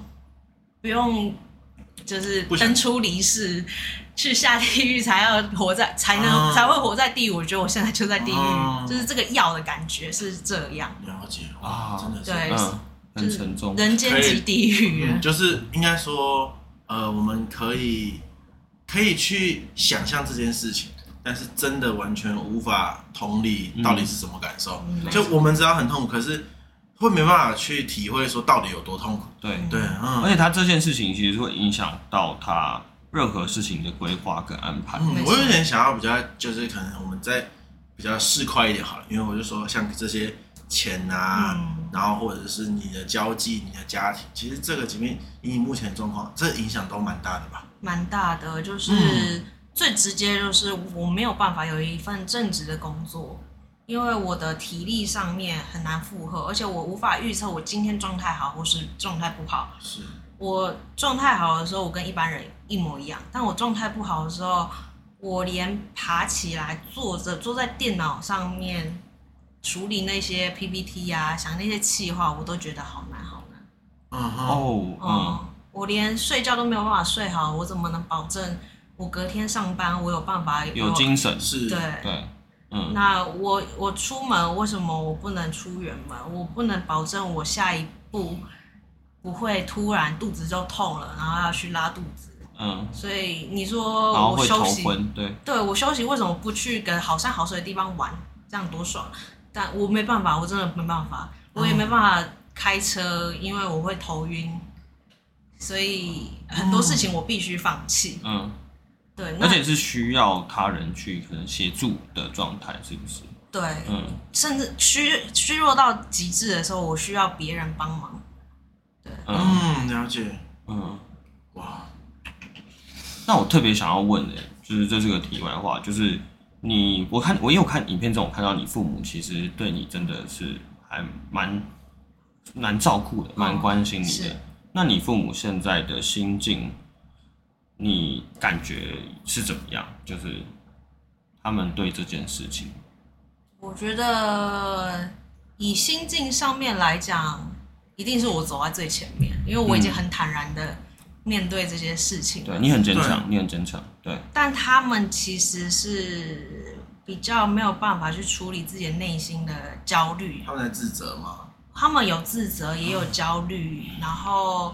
就是登出离世，去下地狱才会活在地狱。我觉得我现在就在地狱，就是这个药的感觉是这样。 了解啊，真的是对， 很沉重， 人间及地狱。 就是应该说，我们可以去想象这件事情。但是真的完全无法同理到底是什么感受，就我们知道很痛苦，可是会没办法去体会说到底有多痛苦。 对，而且他这件事情其实会影响到他任何事情的规划跟安排。 我有点想要比较，就是可能我们再比较市侩一点好了，因为我就说像这些钱啊，然后或者是你的交际、你的家庭，其实这个即便以你目前的状况，这影响都蛮大的吧？ 蛮大的，就是最直接就是我没有办法有一份正职的工作，因为我的体力上面很难负荷，而且我无法预测我今天状态好或是状态不好。 是我状态好的时候，我跟一般人一模一样，但我状态不好的时候，我连爬起来坐在电脑上面处理那些 PPT 啊，想那些企划，我都觉得好难好难。我连睡觉都没有办法睡好，我怎么能保证我隔天上班我有办法有精神？ 是， 对，那我出门为什么我不能出远门？我不能保证我下一步不会突然肚子就痛了，然后要去拉肚子。所以你说我休息，对我休息为什么不去个好山好水的地方玩？这样多爽！但我没办法，我真的没办法，我也没办法开车，因为我会头晕，所以很多事情我必须放弃。对， 而且是需要他人去可能协助的状态，是不是？ 对，甚至虚弱到极致的时候，我需要别人帮忙。对， 了解， 哇。那我特别想要问的，就是这是个题外话，就是我也有看影片中，我看到你父母其实对你真的是还蛮难照顾的，蛮关心你的。那你父母现在的心境？你感觉是怎么样？就是他们对这件事情， 我觉得以心境上面来讲，一定是我走在最前面，因为我已经很坦然的面对这些事情了。 对，你很坚强，你很坚强，对。 但他们其实是比较没有办法去处理自己内心的焦虑。 他们在自责吗？ 他们有自责，也有焦虑，然后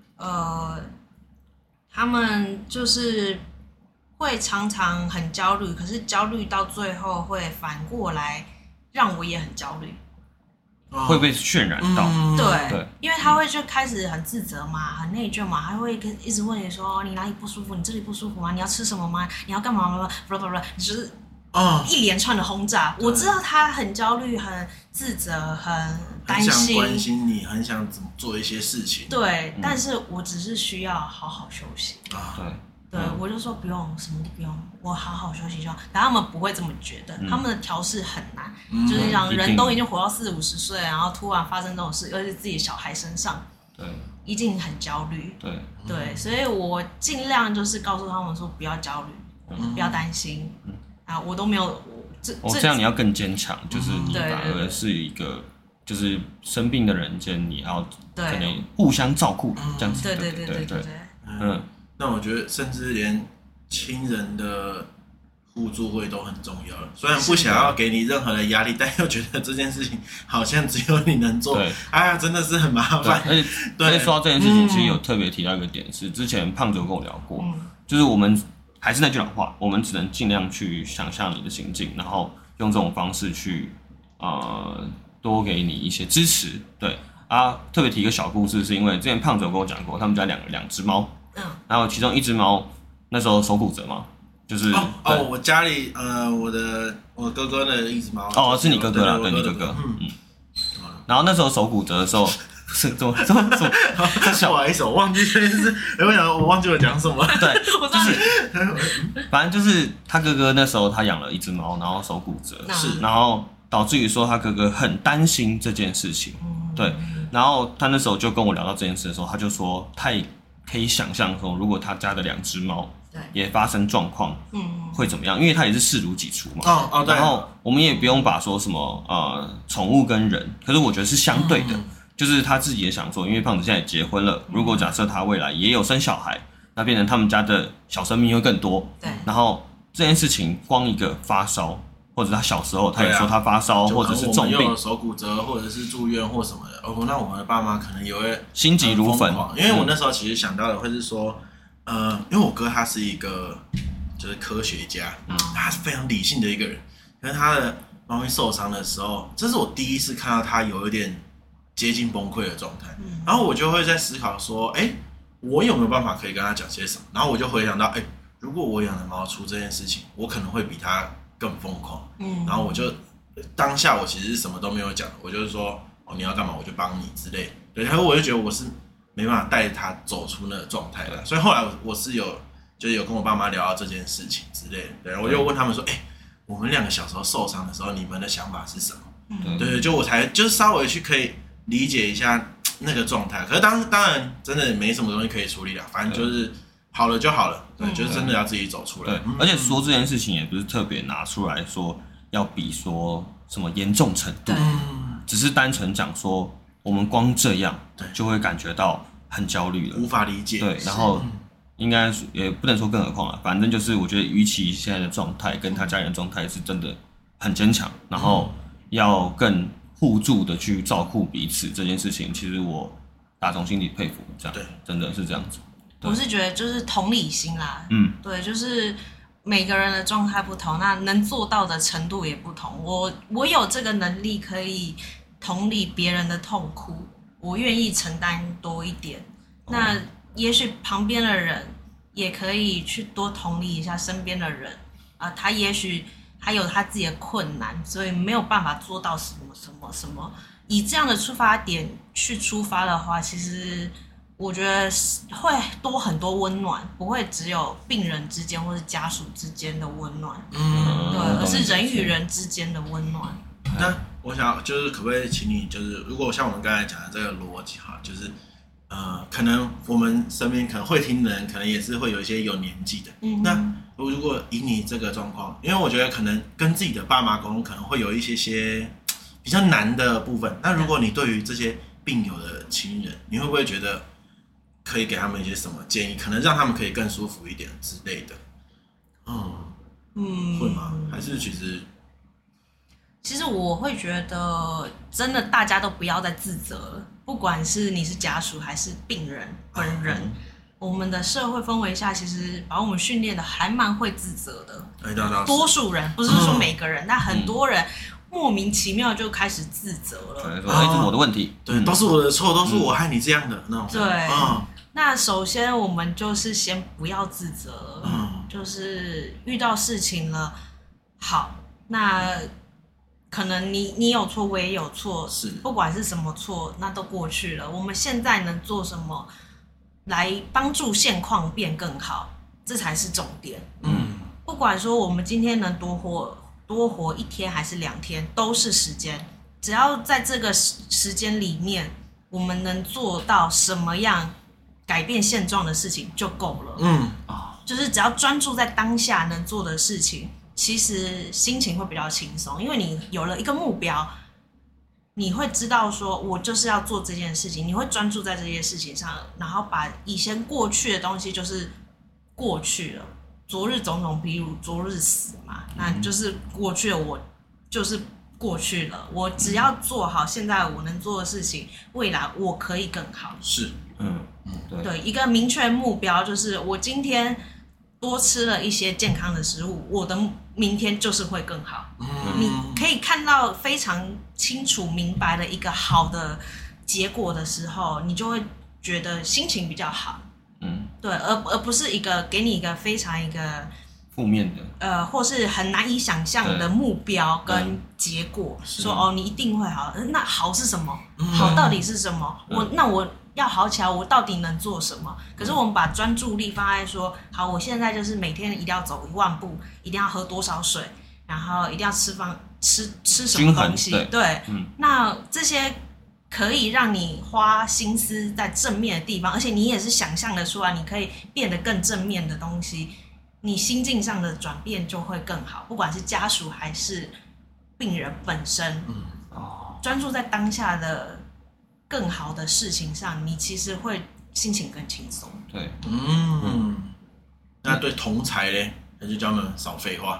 他们就是会常常很焦虑，可是焦虑到最后会反过来让我也很焦虑， 会被渲染到。 对，因为他会就开始很自责嘛，很内疚嘛，他会一直问你说你哪里不舒服，你这里不舒服吗？你要吃什么吗？你要干嘛吗？不，就是一连串的轰炸。我知道他很焦虑、很自责、很担心， 很想关心你，很想做一些事情。 对，但是我只是需要好好休息。对，我就说不用，什么都不用，我好好休息就好。但他们不会这么觉得，他们的调试很难，就是讲人都已经活到40、50岁，然后突然发生这种事，尤其是自己小孩身上， 对， 一定很焦虑。对，所以我尽量就是告诉他们说不要焦虑，不要担心。我都没有这样你要更坚强，就是你反而是一个就是生病的人间，你要可能互相照顾这样子。 对。 那我觉得，甚至连亲人的互助会都很重要了。虽然不想要给你任何的压力，但又觉得这件事情好像只有你能做。哎呀，真的是很麻烦。 而且说到这件事情，其实有特别提到一个点是，之前胖子有跟我聊过，就是我们还是那句老话，我们只能尽量去想象你的心境，然后用这种方式去多给你一些支持。对啊，特别提一个小故事，是因为之前胖子有跟我讲过，他们家两只猫。然后其中一只猫那时候手骨折嘛，就是我家里我哥哥的一只猫是你哥哥啦，对你哥哥，然后那时候手骨折的时候是怎么？ 不好意思，我忘记这件事，我忘记我讲什么。 对，就是反正就是他哥哥那时候他养了一只猫，然后手骨折，然后导致于说他哥哥很担心这件事情，对，然后他那时候就跟我聊到这件事的时候，他就说可以想象说，如果他家的2只猫也发生状况，会怎么样？因为他也是视如己出嘛。然后我们也不用把说什么宠物跟人，可是我觉得是相对的，就是他自己也想说，因为胖子现在也结婚了，如果假设他未来也有生小孩，那变成他们家的小生命会更多。 对。 然后这件事情光一个发烧，或者他小时候他也说他发烧，或者是重病、 手骨折，或者是住院或什么的。那我们的爸妈可能也会心急如焚， 因为我那时候其实想到的会是说，因为我哥他是一个就是科学家，他是非常理性的一个人。可是他的猫咪受伤的时候，这是我第一次看到他有一点接近崩溃的状态。然后我就会在思考说，我有没有办法可以跟他讲些什么？然后我就回想到，如果我养的猫出这件事情，我可能会比他更疯狂。然后我就当下我其实是什么都没有讲，我就是说，你要干嘛我就帮你之类的。对，然后我就觉得我是没办法带着他走出那个状态的，所以后来我是有跟我爸妈聊到这件事情之类的。对，然后我就问他们说，我们2个小时候受伤的时候，你们的想法是什么？对，就我才就是稍微去可以理解一下那个状态。可是当然真的没什么东西可以处理了，反正就是好了就好了。对，就是真的要自己走出来。 对，而且说这件事情也不是特别拿出来说要比说什么严重程度，只是单纯讲说我们光这样就会感觉到很焦虑了， 无法理解。 对，然后应该也不能说更何况了，反正就是我觉得于其现在的状态跟他家人的状态是真的很坚强，然后要更互助的去照顾彼此这件事情，其实我打从心里佩服，这样对，真的是这样子。 我是觉得就是同理心啦，对，就是每个人的状态不同，那能做到的程度也不同。我有这个能力可以同理别人的痛苦，我愿意承担多一点。那也许旁边的人也可以去多同理一下身边的人他也许还有他自己的困难，所以没有办法做到什么。以这样的出发点去出发的话，其实我觉得会多很多温暖，不会只有病人之间或是家属之间的温暖，对，而是人与人之间的温暖。 那我想就是可不可以请你，就是如果像我们刚才讲的这个逻辑哈，就是可能我们身边可能会听的人，可能也是会有一些有年纪的。那如果以你这个状况，因为我觉得可能跟自己的爸妈沟通，可能会有一些比较难的部分。那如果你对于这些病友的亲人，你会不会觉得可以给他们一些什么建议，可能让他们可以更舒服一点之类的？会吗？还是其实我会觉得，真的大家都不要再自责了，不管是你是家属还是病人本人，我们的社会氛围下，其实把我们训练的还蛮会自责的。多数人不是说每个人，但很多人， 莫名其妙就开始自责了， 对，说这是我的问题， 对，都是我的错，都是我害你这样的那种。 对，那首先我们就是先不要自责，就是遇到事情了，好，那可能你有错，我也有错， 是， 不管是什么错，那都过去了。我们现在能做什么来帮助现况变更好，这才是重点。不管说我们今天能多活1天还是2天，都是时间。只要在这个时间里面，我们能做到什么样改变现状的事情就够了。就是只要专注在当下能做的事情，其实心情会比较轻松，因为你有了一个目标，你会知道说我就是要做这件事情，你会专注在这件事情上，然后把以前过去的东西就是过去了。昨日种种，比如昨日死嘛，那就是过去了，我就是过去了。我只要做好现在我能做的事情，未来我可以更好。 是， 对，一个明确目标就是我今天多吃了一些健康的食物，我的明天就是会更好。你可以看到非常清楚明白的一个好的结果的时候，你就会觉得心情比较好。对，而不是给你一个非常一个负面的， 或是很难以想象的目标跟结果，说你一定会好，那好是什么？好到底是什么？那我要好起来，我到底能做什么？可是我们把专注力放在说，好，我现在就是每天一定要走1万步，一定要喝多少水，然后一定要吃什么东西？对，那这些可以让你花心思在正面的地方，而且你也是想象的出来，你可以变得更正面的东西，你心境上的转变就会更好，不管是家属还是病人本身，专注在当下的更好的事情上，你其实会心情更轻松。 对， 那对同才嘞，那就叫他们少废话，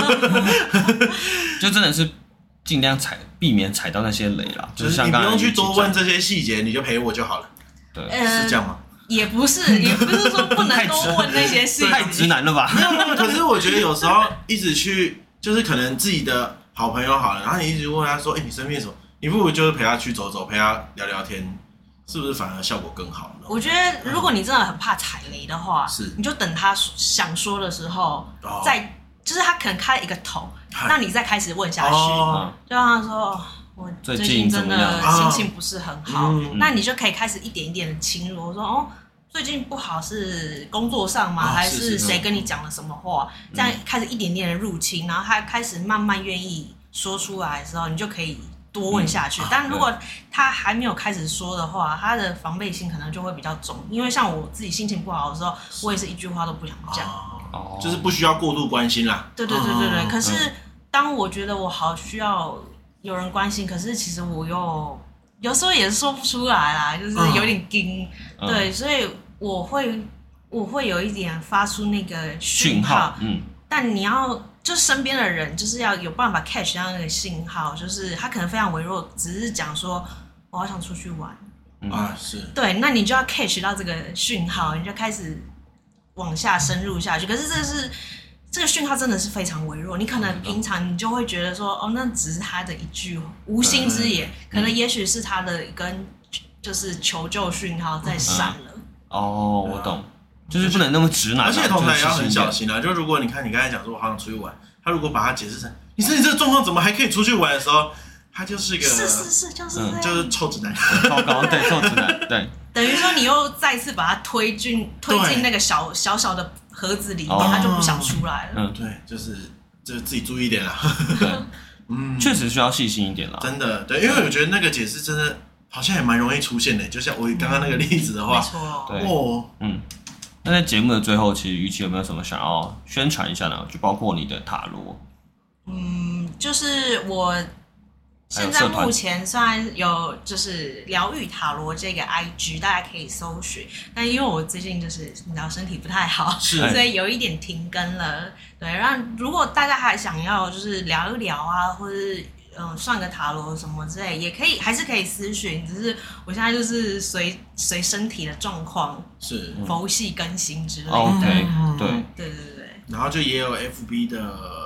就真的是尽量避免踩到那些雷啦，就是像刚才你不用去多问这些细节，你就陪我就好了。 对， 是这样吗？ 也不是说不能多问那些细节， 太直男了吧？ 没有，可是我觉得有时候一直去，就是可能自己的好朋友好了，然后你一直问他说：“你生病什么？”你不如就是陪他去走走，陪他聊聊天，是不是反而效果更好呢？ 我觉得如果你真的很怕踩雷的话，你就等他想说的时候，再就是他可能开一个头，那你再开始问下去，就让他说。我最近真的心情不是很好，那你就可以开始一点一点的侵入。我说最近不好是工作上吗？还是谁跟你讲了什么话？这样开始一点点的入侵，然后他开始慢慢愿意说出来的时候，你就可以多问下去。但如果他还没有开始说的话，他的防备心可能就会比较重。因为像我自己心情不好的时候，我也是一句话都不想讲， 就是不需要过度关心啦。 对。可是当我觉得我好需要有人关心，可是其实我有时候也说不出来啦，就是有点惊，对，所以我会有一点发出那个讯号，但你要就是身边的人就是要有办法 catch 到那个信号，就是他可能非常微弱，只是讲说我好想出去玩， 是对，那你就要 catch 到这个讯号，你就开始往下深入下去，可是这个讯号真的是非常微弱，你可能平常你就会觉得说，那只是他的一句无心之言，可能也许是他的跟就是求救讯号在闪了。 我懂，就是不能那么直男， 而且同台也要很小心啊。就如果你看你刚才讲说我好想出去玩，他如果把它解释成你身体这个状况怎么还可以出去玩的时候，他就是一个是就是这样， 就是臭直男， 糟糕，对，臭直男，对。 等于说你又再次把它推进那个小的盒子里面，他就不想出来了。 对，就是自己注意一点啦。 确实需要细心一点啦。 真的，对，因为我觉得那个解释真的好像也蛮容易出现的，就像我刚刚那个例子的话， 没错， 对，那在节目的最后，其实于琦有没有什么想要宣传一下呢？就包括你的塔罗。 就是我。现在目前虽然有就是疗愈塔罗这个 IG， 大家可以搜寻，但因为我最近就是你知道身体不太好，所以有一点停更了。对，然后如果大家还想要就是聊一聊啊，或者是算个塔罗什么之类，也可以，还是可以私讯。只是我现在就是随身体的状况是佛系更新之类的。 OK，对。 然后就也有 FB 的。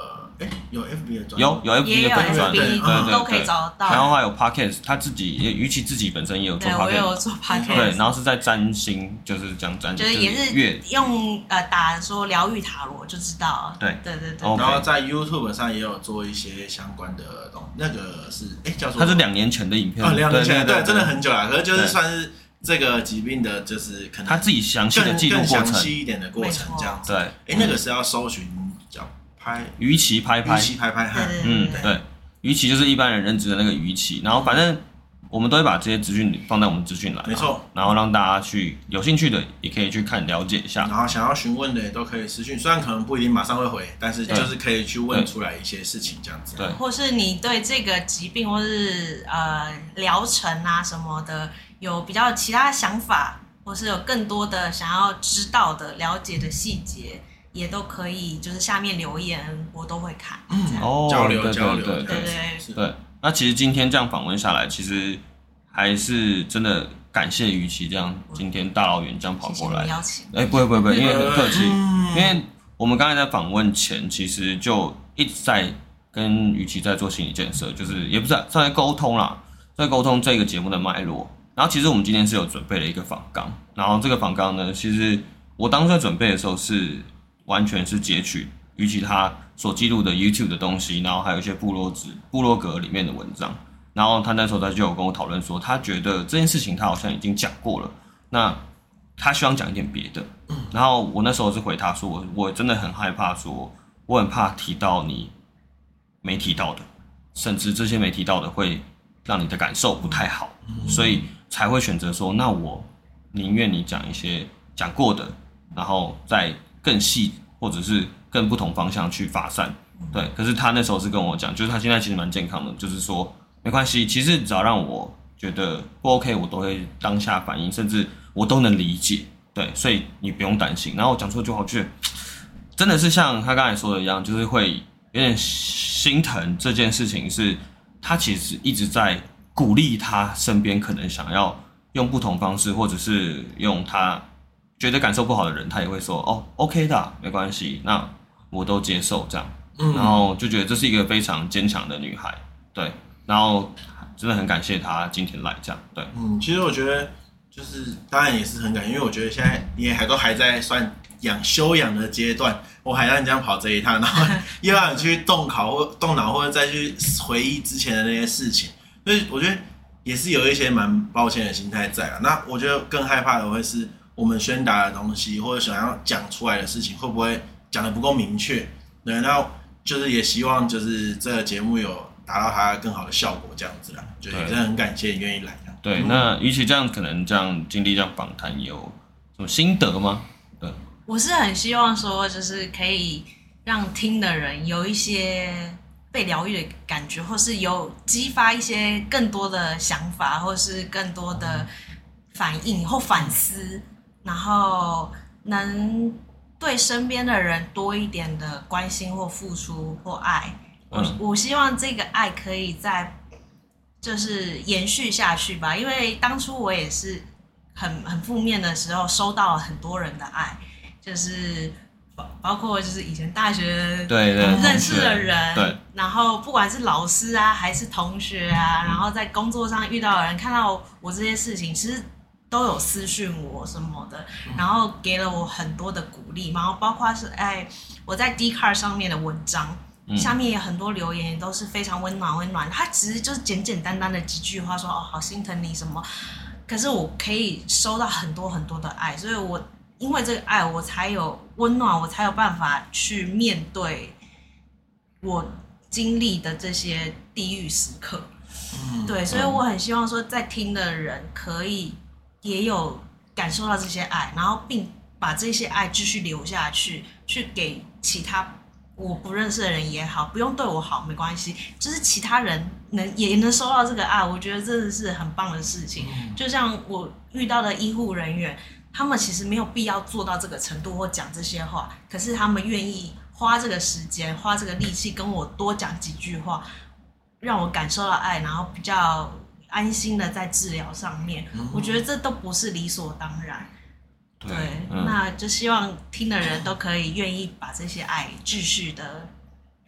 有 FB 的专有 FB 也有的粉专， FB 都可以找得到。 然后还有 Podcast， 他自己于其自己本身也有做 Podcast， 对，我也有做 Podcast， 对，然后是在占星，就是讲占星， 就是也是用打说疗愈塔罗就知道了。 对， 然后在 YouTube 上也有做一些相关的那个是叫做， 它是2年前的影片 ，2年前对，真的很久了，可是就是算是这个疾病的，就是可能他自己详细的记录过程， 更详细一点的过程这样子。 对， 那个是要搜寻叫鱼鳍拍拍， 对， 鱼鳍就是一般人认知的那个鱼鳍，然后反正我们都会把这些资讯放在我们资讯栏， 没错， 然后让大家去有兴趣的也可以去看了解一下， 然后想要询问的也都可以私讯，虽然可能不一定马上会回，但是就是可以去问出来一些事情这样子， 对， 或是你对这个疾病或是疗程啊什么的有比较其他想法，或是有更多的想要知道的了解的细节，也都可以就是下面留言，我都会看， 交流， 对。那其实今天这样访问下来，其实还是真的感谢于其这样今天大老远这样跑过来， 谢谢你邀请。 不会，因为很客气，因为我们刚才在访问前，其实就一直在跟于其在做心理建设，就是也不是在沟通啦，在沟通这个节目的脉络。然后其实我们今天是有准备了一个访纲，然后这个访纲呢，其实我当时在准备的时候是完全是截取于其他所记录的 YouTube 的东西，然后还有一些部落格里面的文章，然后他那时候就有跟我讨论说，他觉得这件事情他好像已经讲过了，那他希望讲一点别的。然后我那时候是回他说，我真的很害怕说，我很怕提到你没提到的，甚至这些没提到的会让你的感受不太好，所以才会选择说，那我宁愿你讲一些讲过的，然后再更细或者是更不同方向去发散。对，可是他那时候是跟我讲，就是他现在其实蛮健康的，就是说没关系，其实只要让我觉得不 OK， 我都会当下反应，甚至我都能理解。对，所以你不用担心。然后我讲出就好，觉得真的是像他刚才说的一样，就是会有点心疼这件事情，是他其实一直在鼓励他身边可能想要用不同方式，或者是用他觉得感受不好的人，他也会说哦 OK 的，没关系，那我都接受这样。然后就觉得这是一个非常坚强的女孩，对，然后真的很感谢她今天来这样，对， 其实我觉得就是当然也是很感谢，因为我觉得现在你都还在算休养的阶段，我还让你这样跑这一趟，然后又让你去动脑或者再去回忆之前的那些事情，所以我觉得也是有一些蛮抱歉的心态在啊。那我觉得更害怕的会是我们宣达的东西或者想要讲出来的事情会不会讲得不够明确，对，那就是也希望就是这个节目有达到它更好的效果这样子啦，就也真的很感谢你愿意来这样。 对，那与其这样，可能这样经历这样访谈，有什么心得吗？对， 我是很希望说，就是可以让听的人有一些被疗愈的感觉，或是有激发一些更多的想法，或是更多的反应或反思，然后能对身边的人多一点的关心或付出或爱。我希望这个爱可以在就是延续下去吧，因为当初我也是很负面的时候，收到了很多人的爱，就是包括就是以前大学认识的人， 对， 然后不管是老师啊还是同学啊，然后在工作上遇到的人，看到我这些事情，其实都有私讯我什么的，然后给了我很多的鼓励，然后包括是我在 Dcard 上面的文章。下面也很多留言也都是非常温暖，他其实就是简简单单的几句话说哦好心疼你什么，可是我可以收到很多很多的爱，所以我因为这个爱我才有温暖，我才有办法去面对我经历的这些地狱时刻。对，所以我很希望说在听的人可以也有感受到这些爱，然后并把这些爱继续留下去，去给其他我不认识的人也好，不用对我好没关系，就是其他人也能收到这个爱，我觉得真的是很棒的事情。就像我遇到的医护人员，他们其实没有必要做到这个程度或讲这些话，可是他们愿意花这个时间花这个力气跟我多讲几句话，让我感受到爱，然后比较安心的在治疗上面，我觉得这都不是理所当然。对，那就希望听的人都可以愿意把这些爱继续的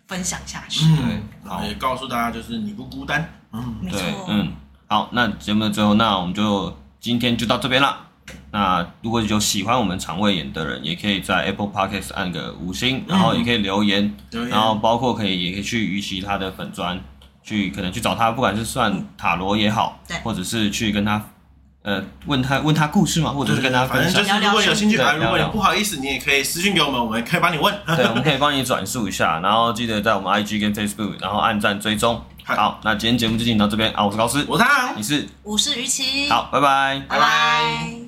分享下去。 对， 好，也告诉大家就是你不孤单。 没错对，好，那节目的最后，那我们就今天就到这边啦。那如果有喜欢我们肠胃炎的人，也可以在 Apple Podcast 按个5星，然后也可以留言，然后包括也可以去于其他的粉专可能去找他，不管是算塔罗也好，或者是去跟他问他故事嘛，或者是跟他分享。 反正就是如果有兴趣如果你不好意思，你也可以私讯给我们，我们可以帮你问。 对，我们可以帮你转述一下，然后记得在我们 IG 跟 Facebook， 然后按赞追踪。好，那今天节目就进行到这边啊，我是高斯， 我是汤， 你是， 我是于琪， 好，拜拜， 拜拜。